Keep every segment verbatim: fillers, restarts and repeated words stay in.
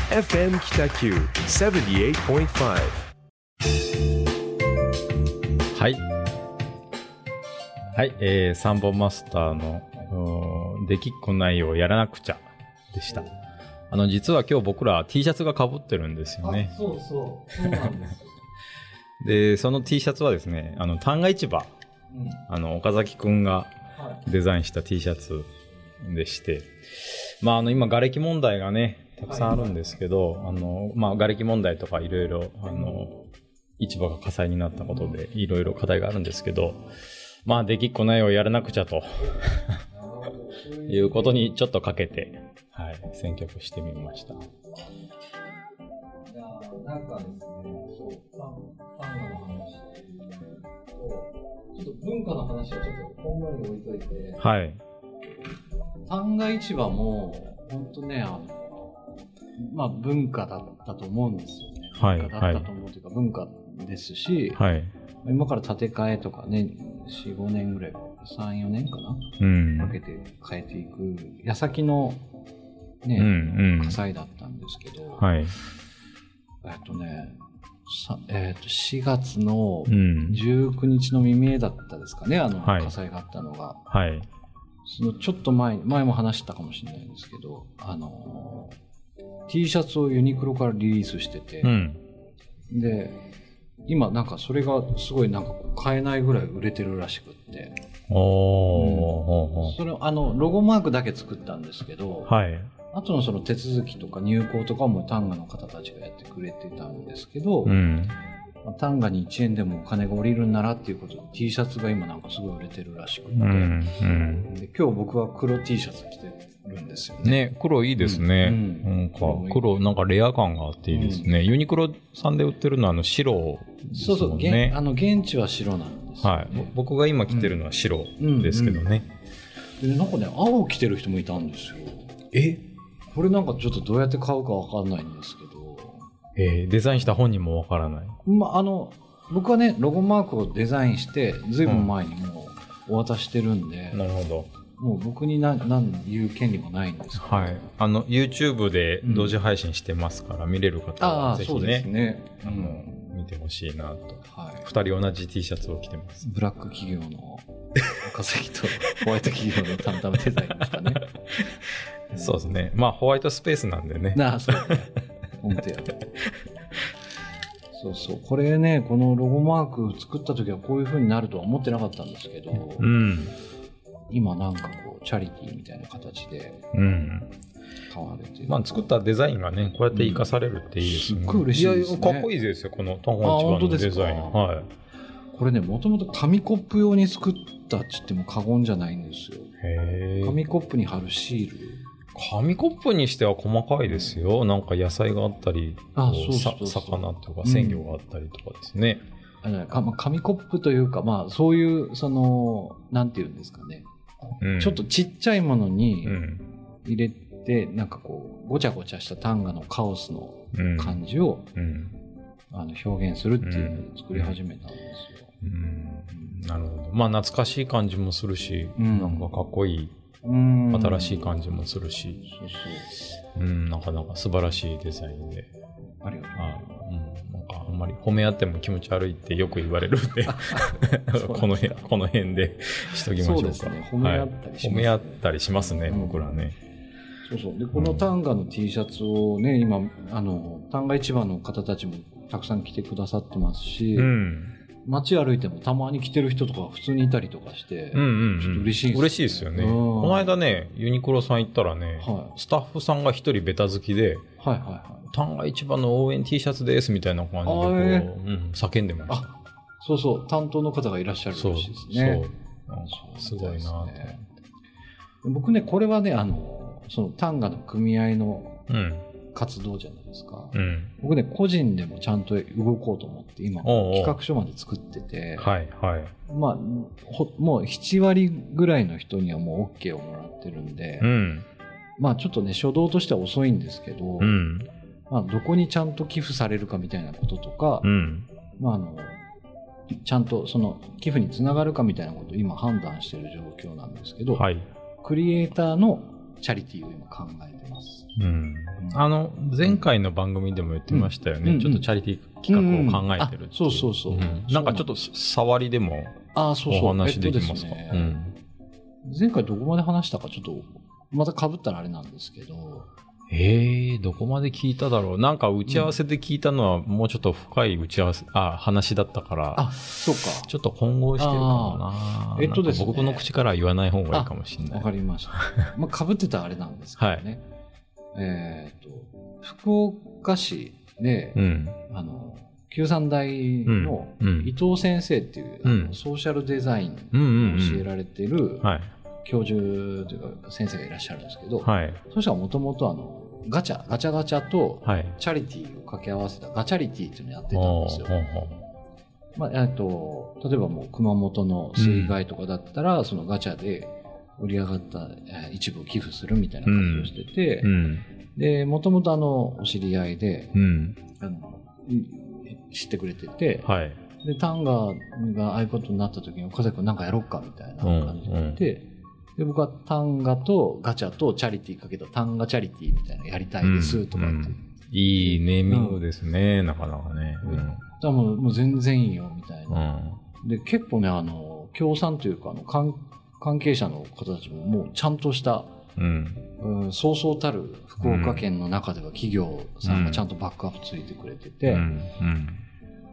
エフエム 北九 ななじゅうはちてんごはいはい、えー、サンボマスターのできっこないをやらなくちゃでした。あの実は今日僕ら T シャツが被ってるんですよね。 あ、そうそうそうなんですよでその T シャツはですね、あの旦過市場、うん、あの岡崎くんがデザインした T シャツでして、まああの今瓦礫問題がねたくさんあるんですけど、はい、あのまあ瓦礫問題とかいろいろあの市場が火災になったことでいろいろ課題があるんですけど、まあできっこないをやらなくちゃということにちょっとかけて、はい、選曲してみました。いやなんかですね、そう単価の話とちょっと文化の話はちょっとほんまに置いといて、 はい。 旦過市場も本当ね、あのまあ文化だったと思うんですよね。 はい、 文化だったと思うというか、はい、文化ですし、 はい、今から建て替えとかね、よん、ごねんぐらい、さん、よねんかな、 うん、 かけて変えていく矢先のね、 うんうん、 火災だったんですけど、 はい、 えっとね、さえー、としがつのじゅうくにちの未明だったですかね、あの火災があったのが、 はい、 そのちょっと前前も話したかもしれないんですけど、あの T シャツをユニクロからリリースしてて、うん、で今なんかそれがすごいなんか買えないぐらい売れてるらしくって、 おー、 うん、それあのロゴマークだけ作ったんですけど、 はい、 あとのその手続きとか入稿とかも丹賀の方たちがやってくれてたんですけど、うん、丹賀にいちえんでもお金が降りるんならっていうことで T シャツが今なんかすごい売れてるらしくて、うんうん、で今日僕は黒 T シャツ着てるんですよね。 ね、黒いいですね、うんうん、なんか黒なんかレア感があっていいですね、うん、ユニクロさんで売ってるのはあの白ですもんね。そうそう、げあの現地は白なんですよね、はい、 僕が今着てるのは白ですけどね、 うんうんうん、でなんかね青着てる人もいたんですよ。 えこれなんかちょっとどうやって買うかわかんないんですけど、 えー、デザインした本人もわからない。 まあ、あの僕はねロゴマークをデザインしてずいぶん前にもうお渡してるんで、 うん、なるほど。 もう僕に何何言う権利もないんですけど、 はい、あの YouTube で同時配信してますから、うん、見れる方はぜひね、 そうですね、 うん、見てほしいなと、はい、ふたり同じ T シャツを着てます。 ブラック企業の岡崎とホワイト企業のタンタムデザインですかねそうですね、まあホワイトスペースなんでね。 なあ、そうね、本当やそうそう、これね、このロゴマーク作った時はこういう風になるとは思ってなかったんですけど、うん、今なんかこうチャリティーみたいな形で買われてる、うん、まあ、 作ったデザインがねこうやって生かされるっていいですね、うん、 すっごい嬉しいですね。 いやかっこいいですよこの丹後市場のデザイン。はい、 これね、もともと紙コップ用に作ったって言っても過言じゃないんですよ。へー、紙コップに貼るシール。 紙コップにしては細かいですよ。なんか野菜があったり、あ、そうそうそう、魚とか鮮魚があったりとかですね、 うん、あの紙コップというか、まあそういうそのなんていうんですかね、うん、ちょっとちっちゃいものに入れて、うん、なんかこうごちゃごちゃした丹賀のカオスの感じを、うんうん、あの表現するっていうのを作り始めたんですよ。 うんうん、なるほど。まあ懐かしい感じもするし、うん、なんかかっこいい。新しい感じもするし、そうそう、うん、なかなか素晴らしいデザインで、 ありがとう。 あ、うん、なんかあんまり褒め合っても気持ち悪いってよく言われるんでこの辺この辺でしときましょうか。そうですね、 褒め合ったりしますね、はい、褒め合ったりしますね、うん、僕らね。 そうそう、でこの丹賀の T シャツをね、今あの丹賀市場の方たちもたくさん着てくださってますし、うん、街歩いてもたまに着てる人とか普通にいたりとかして、うんうんうん、ちょっと嬉しいです。 嬉しいですよね。この間ね、ユニクロさん行ったらね、はい、スタッフさんが一人ベタ好きで、はいはいはい、丹賀市場の応援 T シャツですみたいな感じでこう、うん、叫んでました。あ、 そうそう、担当の方がいらっしゃるらしいですね。そう、 なんかすごいなと思って、ね。 僕ね、これはね、あのその丹賀の組合の、うん、活動じゃないですか、うん、僕ね個人でもちゃんと動こうと思って今企画書まで作ってて、はいはい、まあほもうななわりぐらいの人にはもう OK をもらってるんで、うん、まあちょっとね初動としては遅いんですけど、うん、まあ、どこにちゃんと寄付されるかみたいなこととか、うん、まああのちゃんとその寄付につながるかみたいなことを今判断している状況なんですけど、はい、クリエイターのチャリティーを今考えてます。 うん。あの、前回の番組でも言ってましたよね。うん、ちょっとチャリティー企画を考えてるっていう、うんうん、 そうそうそう、うん。 なんかちょっと触りでもお話できますか？ えっとですね、うん、前回どこまで話したかちょっと、また被ったらあれなんですけど、 ええー、どこまで聞いただろう。なんか打ち合わせで聞いたのはもうちょっと深い打ち合わせ、あ、話だったから。 あ、そうか。 ちょっと混合してるかもな。 えっとですね。 僕の口からは言わない方がいいかもしれない。 わかりました。まあ、被ってたあれなんですけどね。はい、えっと、福岡市で、うん、あの、九三大の伊藤先生っていう、うん、あのソーシャルデザインを教えられてる、うんうんうん、はい、教授というか先生がいらっしゃるんですけど、はい、そしたらもともとあのガチャガチャガチャとチャリティーを掛け合わせたガチャリティーっていうのをやってたんですよ。まあ、えっと例えばもう熊本の水害とかだったら、うん、そのガチャで売り上がった一部を寄付するみたいな感じをしてて、うん、でもともとあのお知り合いで、うん、あの知ってくれてて、はい、でタンガがああいうことになった時に岡崎君なんかやろっかみたいな感じで言って、うんうん、で僕はタンガとガチャとチャリティーかけたタンガチャリティーみたいなのやりたいですとかって、うんうん、 いいネーミングですね、うん、なかなかね、うん、 だもう、もう全然いいよみたいな、うん、で結構ねあの協賛というかあの関関係者の方たちももうちゃんとした、うんうん、そうそうたる福岡県の中では企業さんがちゃんとバックアップついてくれてて、うんうん、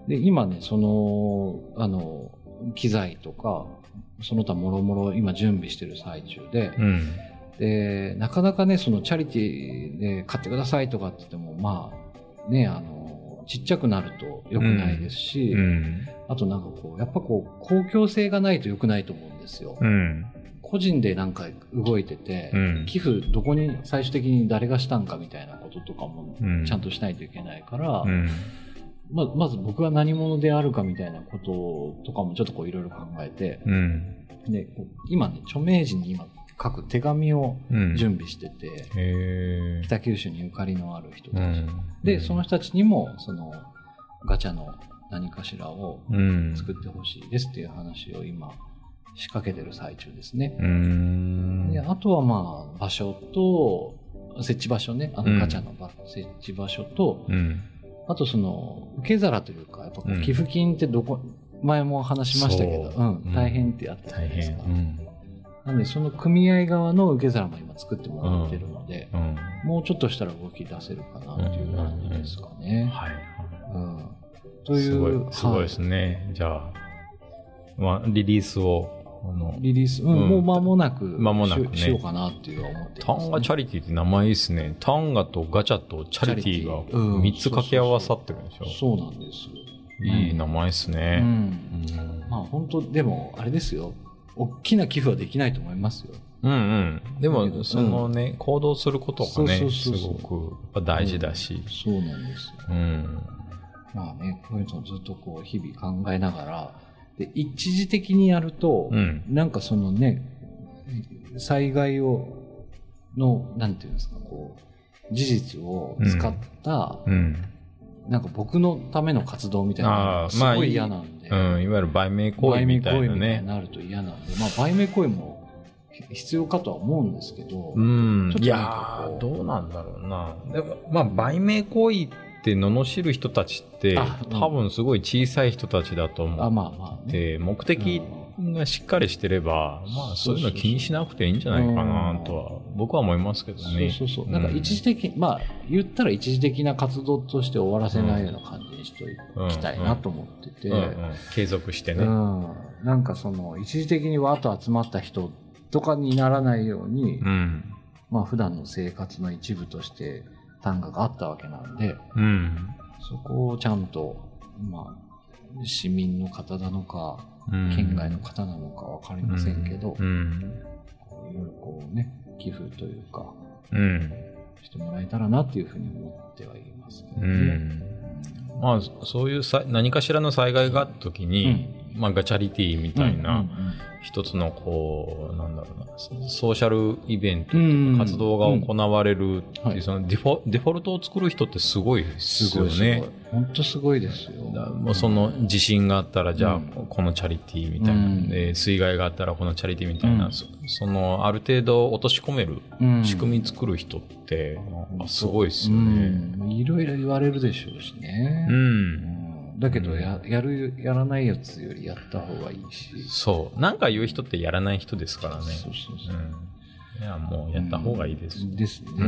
で今ねそのあの機材とかその他もろもろ今準備してる最中で、うん、でなかなかねそのチャリティーで買ってくださいとかって言ってもまあねあのちっちゃくなると良くないですし、うんうん、あとなんかこうやっぱこう公共性がないと良くないと思うんですよ、うん、個人でなんか動いてて、うん、寄付どこに最終的に誰がしたんかみたいなこととかもちゃんとしないといけないから、うんうんま, まず僕が何者であるかみたいなこととかもちょっとこういろいろ考えて、うん、で今ね著名人に今書く手紙を準備してて、うん、北九州にゆかりのある人たち、うん、でその人たちにもそのガチャの何かしらを作ってほしいですっていう話を今仕掛けてる最中ですね、うん、であとはまあ場所と設置場所ねあのガチャの、うん、設置場所と、うんあとその受け皿というかやっぱこう寄付金ってどこ、うん、前も話しましたけど、うん、大変ってやってたじゃないですか、うん、なんでその組合側の受け皿も今作ってもらってるので、うん、もうちょっとしたら動き出せるかなっていう感じですかね、はい、うん、というすごい、 すごいですね、はい、じゃあ、まあ、リリースをあのリリース、うんうん、もう間もなく間もなく、ね、しようかなっていうのは思ってます、ね、 タンガチャリティって名前いいですね。タンガとガチャとチャリティがみっつ掛け合わさってるんでしょ。 そうなんです。 いい名前ですね。うんうん、まあ本当でもあれですよ。大きな寄付はできないと思いますよ。 うんうん。でもそのね、うん、行動することがねすごく大事だし、 うん。そうなんですよ。うん。まあねこういうのをずっとこう日々考えながら。で一時的にやると、うん、なんかそのね災害をのなんていうんですかこう事実を使った、うんうん、なんか僕のための活動みたいなのがすごい嫌なんで、 まあいい、うん、いわゆる売名行為みたいなね売名行為みたいになると嫌なんで、まあ売名行為も必要かとは思うんですけど、 うん、ちょっといやどうなんだろうな。でもまあ売名行為って罵る人たちって、うん、多分すごい小さい人たちだと思って、あまあまあね、目的がしっかりしてれば、うん、まあそういうの気にしなくていいんじゃないかなとは僕は思いますけどね。 そうそうそう。なんか一時的、うん、まあ言ったら一時的な活動として終わらせないような感じにしときたいなと思ってて、うんうんうんうん、 継続してね、うん。 なんかその一時的にわーっと集まった人とかにならないように、うん、まあ普段の生活の一部として単価があったわけなんで、うん、そこをちゃんと、まあ、市民の方なのか、うん、県外の方なのかわかりませんけど、うん、いろいろこうね、寄付というか、うん、してもらえたらなっていうふうに思ってはいますけどね。うん、 まあ、そういうさ何かしらの災害があった時に、 まあ、ガチャリティみたいな、一つのこう、なんだろうな、ソーシャルイベントとか活動が行われるっていう、そのデフォ、デフォルトを作る人ってすごいですよね。 本当すごいですよ。 もうその地震があったら、じゃあ、このチャリティーみたいな、で、水害があったらこのチャリティーみたいな、そ, その、ある程度落とし込める仕組み作る人って、すごいですよね。 いろいろ言われるでしょうしね。うん。だけどや、やる、やらないやつよりやった方がいいし。 そう。なんか言う人ってやらない人ですからね。 そうそうそう。 うん、いや、もうやった方がいいです。 うん、ですね。うん、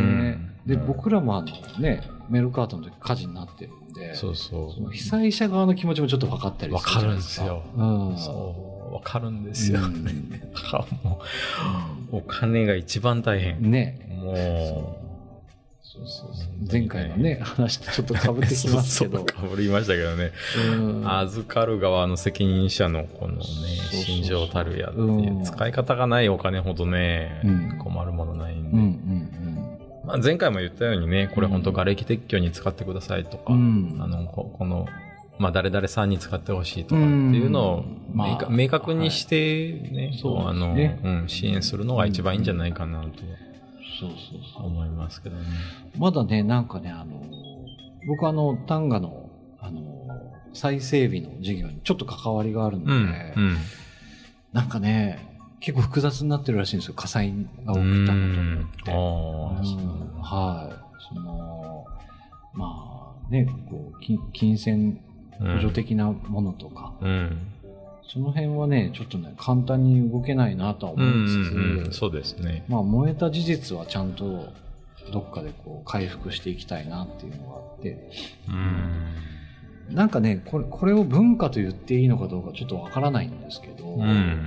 で、僕らもあのね、メルカートの時火事になってるんで、 そうそう。その被災者側の気持ちもちょっと分かったりする。 分かるんですよ。うん、そう。分かるんですよね。うん、もう、お金が一番大変。 ね。 もう。 そうそうそう前回のね、話とちょっと被ってきますけど。 被りましたけどね。預かる側の責任者のこのね、心情たるやっていう、使い方がないお金ほどね、うん、困るものないんで。うんうんうんまあ、前回も言ったようにね、これ本当瓦礫撤去に使ってくださいとか、うん、あの、こ, この、まあ、誰々さんに使ってほしいとかっていうのを明、まあ、明確にしてね、はい、そうあの、ねうん、支援するのが一番いいんじゃないかなと。 そうそうそう思いますけどね。 まだね、なんかね、あの、僕あの、丹賀の、あの、再整備の事業にちょっと関わりがあるので、うんうん、なんかね、結構複雑になってるらしいんですよ、火災が起きたことによって。あうんはい。その、まあね、こう、金、金銭補助的なものとか、うんうんその辺はね、ちょっとね、簡単に動けないなとは思いつつ、うんうん、 そうですね。 まあ、燃えた事実はちゃんとどっかでこう回復していきたいなっていうのがあって、うん、なんかねこれ、これを文化と言っていいのかどうかちょっとわからないんですけど、うん、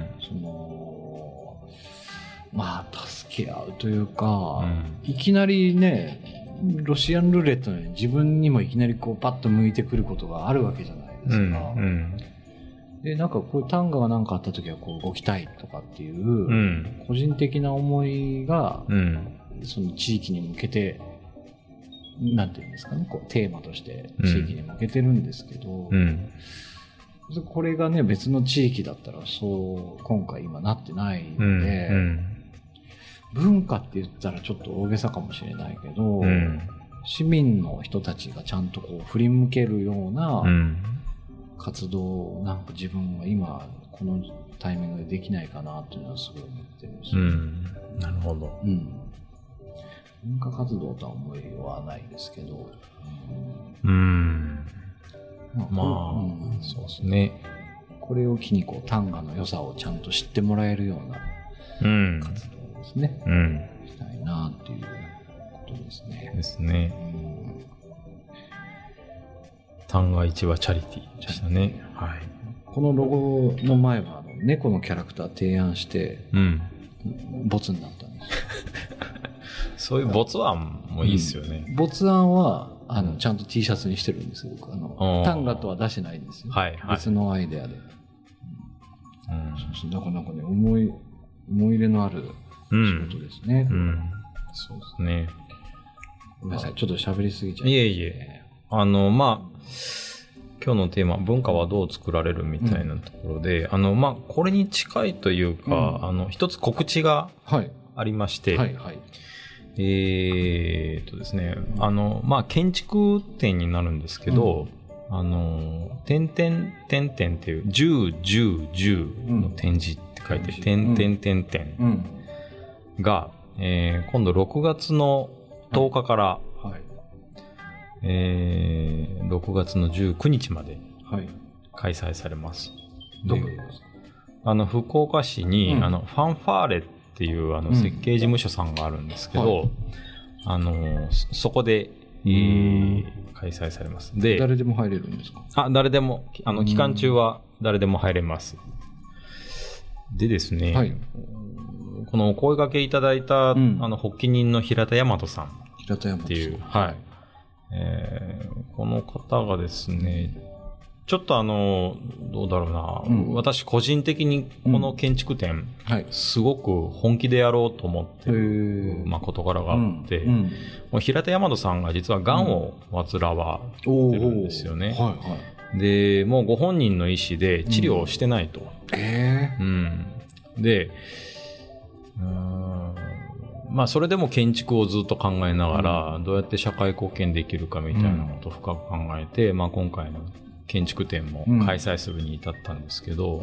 そのまあ、助け合うというか、うん、いきなりね、ロシアンルーレットのように自分にもいきなりこうパッと向いてくることがあるわけじゃないですか。うんうんで、なんかこういう単価が何かあった時はこう動きたいとかっていう、個人的な思いが、うん、その地域に向けて、なんていうんですかね、こうテーマとして地域に向けてるんですけど、うん、これがね、別の地域だったらそう、今回今なってないので、うんうん、文化って言ったらちょっと大げさかもしれないけど、うん、市民の人たちがちゃんとこう振り向けるような、うん活動をなんか自分は今このタイミングでできないかなっていうのはすごい思ってるんですよ、うん、 なるほど、 うん、文化活動とは思いはないですけどうん、うんまあ、まあうん、そうですねこれを機にこう単価の良さをちゃんと知ってもらえるような活動ですね、うん、したいなっていうことですねですね、うん旦過市場チャリティーでしたね。はい。 このロゴの前はあの猫のキャラクター提案して、うん、ボツになったんです。 そういうボツ案もいいですよね。 うん、ボツ案はあのちゃんと T シャツにしてるんですよ。僕あの単価とは出してないんですよ。はいはい、別のアイデアで。うん、そうそうなかなかね思い思い入れのある仕事ですね。うんうん、 そうですね。 ごめんなさいちょっと喋りすぎちゃいいえいえ。あのまあ。今日のテーマ、文化はどう作られるみたいなところで、うん、あの、まあ、これに近いというか、うん、あの、一つ告知がありまして、はいはいはい、えーっとですね、あの、まあ、建築展になるんですけど、うん、あの、点々点々っていう、じゅう、じゅう、じゅうの展示って書いて、点々点々が、えー、今度ろくがつのとおかから、はいはいえー、ろくがつのじゅうくにちまで開催されます。 はい、どこですか？ あの福岡市に、うん、あのファンファーレっていうあの設計事務所さんがあるんですけど、うんはい、あのそこで、えー、開催されます。で、 誰でも入れるんですか？ あ、誰でもあの期間中は誰でも入れます。でですね、はい、このお声掛けいただいた、うん、あの発起人の平田大和さんっていう、はい。えー、この方がですね、ちょっとあの、どうだろうな、うん、私個人的にこの建築展、うんはい、すごく本気でやろうと思ってる、まあ、事柄があって、うんうん、もう平田大和さんが実は癌を患われてるんですよね。うんはいはいでもうご本人の意思で治療をしてないと、 うん、えーうん、でうーんまあそれでも建築をずっと考えながら、うん、どうやって社会貢献できるかみたいなことを深く考えて、うんまあ、今回の建築展も開催するに至ったんですけど、うん、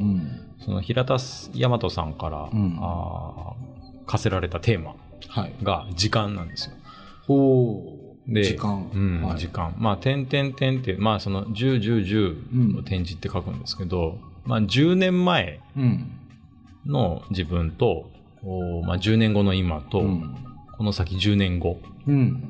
その平田大和さんから、うん、あ課せられたテーマが時間なんですよ。 ほう。 で時間。 うん、はい、時間。まあ、点点点って、まあ、その、じゅう、じゅう、じゅうを展示って書くんですけど、うん、まあ、じゅうねんまえの自分と、まあ、じゅうねんごの今と、うん、この先じゅうねんご、うん、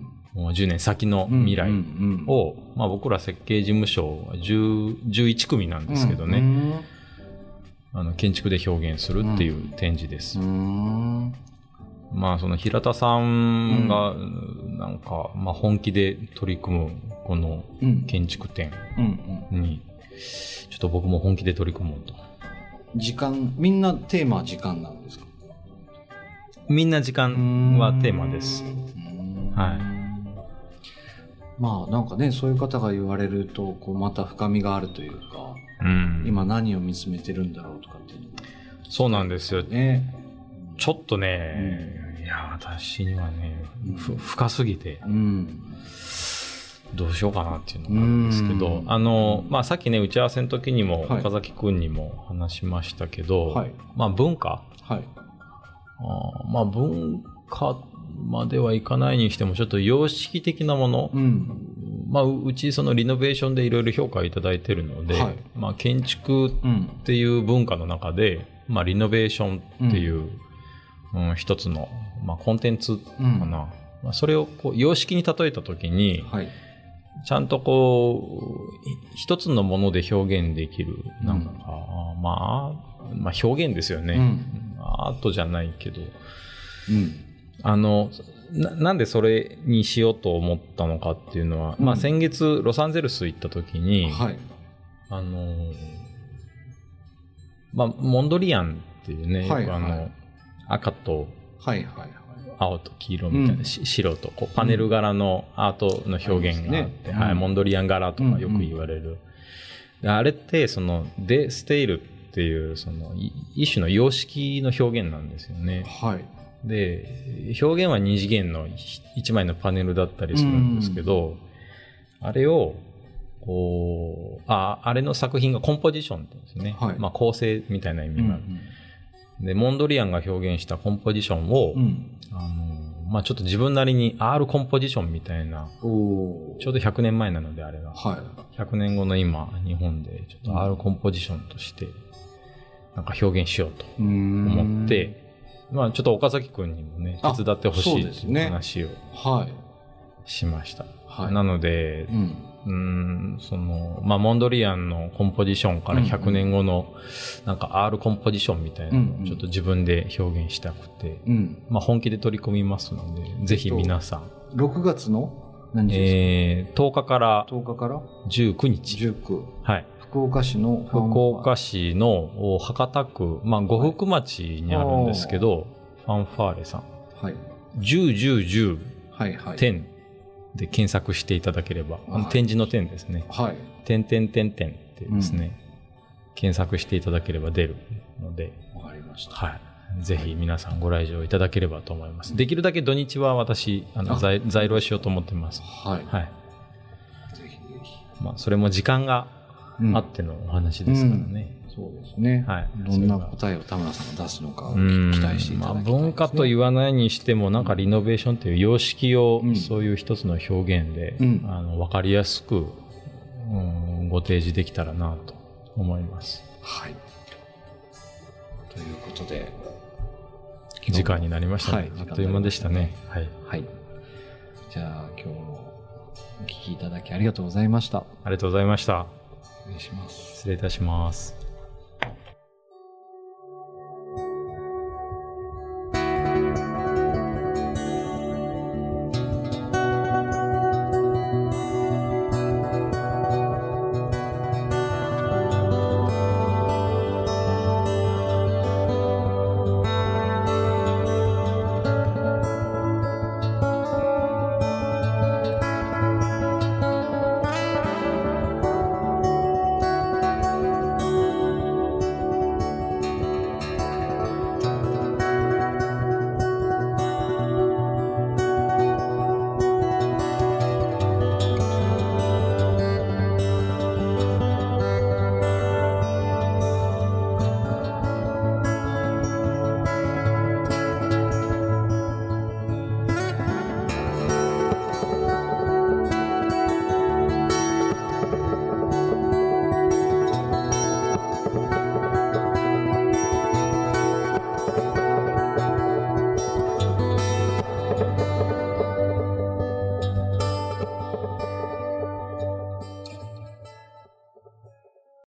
もうじゅうねん先の未来を、うんうんうんまあ、僕ら設計事務所はじゅう、じゅういち組なんですけどね、うんうん、あの建築で表現するっていう展示です。うんまあその平田さんがなんかまあ本気で取り組むこの建築展にちょっと僕も本気で取り組もうと。 時間みんなテーマは時間なんですか？ みんな時間はテーマです。はい。 まあなんかねそういう方が言われるとこうまた深みがあるというか、うん、今何を見つめてるんだろうとかっていうのそうなんですよね。ちょっとね、うん、いや私にはね、うん、深すぎて、うん、どうしようかなっていうのがあるんですけど、うん、あのまあさっきね打ち合わせの時にも、はい、岡崎くんにも話しましたけど、はい、まあ文化、はい、あまあ文化まではいかないにしてもちょっと様式的なもの、うんまあ、うちそのリノベーションでいろいろ評価いただいているので、はいまあ、建築っていう文化の中で、まあ、リノベーションっていう、うんうん、一つの、まあ、コンテンツかな、うんまあ、それをこう様式に例えたときに、はい、ちゃんとこう一つのもので表現できるなんか、うんまあ、まあ表現ですよね、うん、アートじゃないけど、うんあの な, なんでそれにしようと思ったのかっていうのは、うんまあ、先月ロサンゼルス行った時に、はい、あのまあ、モンドリアンっていうね、はいはい、あの赤と青と黄色みたいな、うん、白とこうパネル柄のアートの表現があって、うんはい、モンドリアン柄とかよく言われる、うんうん、あれってそのデステイルっていうその一種の様式の表現なんですよね。はいで表現は二次元の一枚のパネルだったりするんですけど、あれをこうああれの作品がコンポジションって言うんですね、はいまあ、構成みたいな意味がある、うんうん、でモンドリアンが表現したコンポジションを、うんあのまあ、ちょっと自分なりに R コンポジションみたいなちょうどひゃくねんまえなのであれが、はい、ひゃくねんごの今日本でちょっと R コンポジションとしてなんか表現しようと思ってまあ、ちょっと岡崎くんにもね手伝ってほしいっていう話をしました、はい、なので、うん、うーんそのまあ、モンドリアンのコンポジションからひゃくねんごのなんか R コンポジションみたいなのをちょっと自分で表現したくて、うんうんまあ、本気で取り組みますのでぜひ皆さんろくがつの何日ですか、えー、とおかからとおかからじゅうくにちじゅうくはい福岡市の福岡市の博多区、まあ、呉服町にあるんですけど、ファンファーレさん、はい、じゅう、じゅう、じゅう、はいはい、点で検索していただければ、はい、展示の点ですね、はい、点点点点ってですね、うん、検索していただければ出るので、 わかりました、 はい、ぜひ皆さんご来場いただければと思います。できるだけ土日は私あの在在廊しようと思ってます。はい、はい、ぜひぜひ、まあ、それも時間があってのお話ですからね、 うんうん、そうですね、はい、どんな答えを田村さんが出すのかを期待していただきたいですね、まあ、 文化と言わないにしてもなんかリノベーションという様式をそういう一つの表現で、うん、あの分かりやすく、うん、ご提示できたらなと思います。はいということで時間になりましたね、はい、あっという間でしたね、はい、 はい、じゃあ今日もお聞きいただきありがとうございました。 ありがとうございました。 失礼します。 失礼いたします。